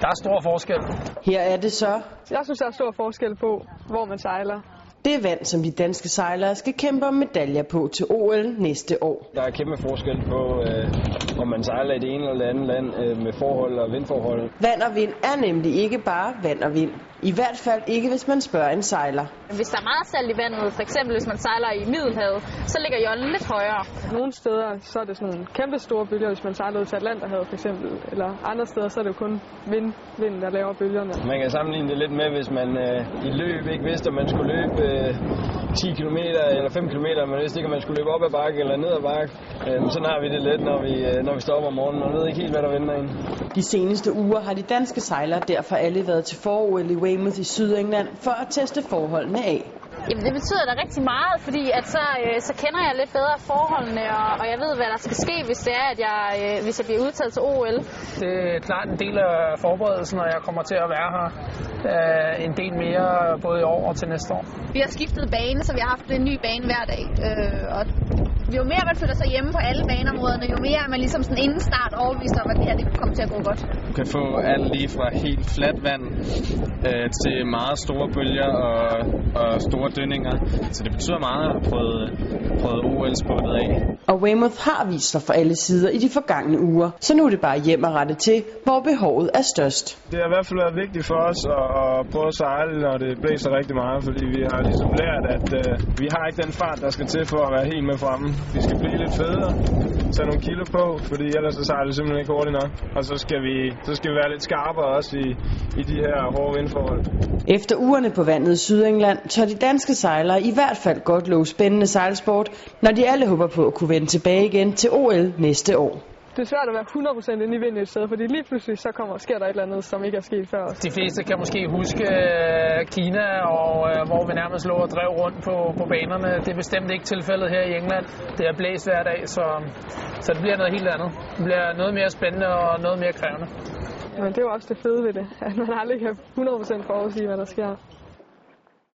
Der er stor forskel. Her er det så. Jeg synes, der er stor forskel på, hvor man sejler. Det er vand, som de danske sejlere skal kæmpe om medaljer på til OL næste år. Der er kæmpe forskel på, om man sejler i det ene eller det andet land med forhold og vindforhold. Vand og vind er nemlig ikke bare vand og vind. I hvert fald ikke, hvis man spørger en sejler. Hvis der er meget salt i vandet, f.eks. hvis man sejler i Middelhavet, så ligger jollen lidt højere. Nogle steder så er det sådan nogle kæmpe store bølger, hvis man sejler ud til Atlanterhavet f.eks. Eller andre steder så er det jo kun vinden, der laver bølgerne. Man kan sammenligne det lidt med, hvis man i løb ikke vidste, om man skulle løbe 10 km eller 5 km. Man vidste ikke, om man skulle løbe op ad bakke eller ned ad bakke. Sådan har vi det lidt, når vi står op om morgenen. Man ved ikke helt, hvad der venter ind. De seneste uger har de danske sejlere derfor alle været til forOL i Weymouth i Sydengland for at teste forholdene af. Jamen, det betyder da rigtig meget, fordi at så kender jeg lidt bedre forholdene, og jeg ved, hvad der skal ske, hvis det er, at hvis jeg bliver udtaget til OL. Det er klart en del af forberedelsen, og jeg kommer til at være her en del mere både i år og til næste år. Vi har skiftet bane, så vi har haft en ny bane hver dag. Og jo mere man føler sig hjemme på alle baneområderne, jo mere er man ligesom sådan inden start overbevist om, at det her det kommer til at gå godt. Du kan få alt lige fra helt fladt vand til meget store bølger og store dønninger. Så det betyder meget at have prøvet OL-spottet af. Og Weymouth har vist sig for alle sider i de forgangne uger, så nu er det bare hjem og rette til, hvor behovet er størst. Det har i hvert fald været vigtigt for os at prøve at sejle, når det blæser rigtig meget, fordi vi har ligesom lært, at vi har ikke den fart, der skal til for at være helt med fremme. Vi skal blive lidt federe, tage nogle kilo på, fordi ellers så sejler det simpelthen ikke hurtigt nok. Og så skal vi være lidt skarpere også i de her hårde vindforhold. Efter ugerne på vandet i Sydengland tør de danske sejlere i hvert fald godt love spændende sejlsport, når de alle håber på at kunne vende tilbage igen til OL næste år. Det er svært at være 100% inde i vinden et sted, fordi lige pludselig så sker der et eller andet, som ikke er sket før. De fleste kan måske huske Kina, og hvor vi nærmest lå og drev rundt på banerne. Det er bestemt ikke tilfældet her i England. Det er blæst hver dag, så det bliver noget helt andet. Det bliver noget mere spændende og noget mere krævende. Men det er jo også det fede ved det, at man aldrig kan 100% forudsige, hvad der sker.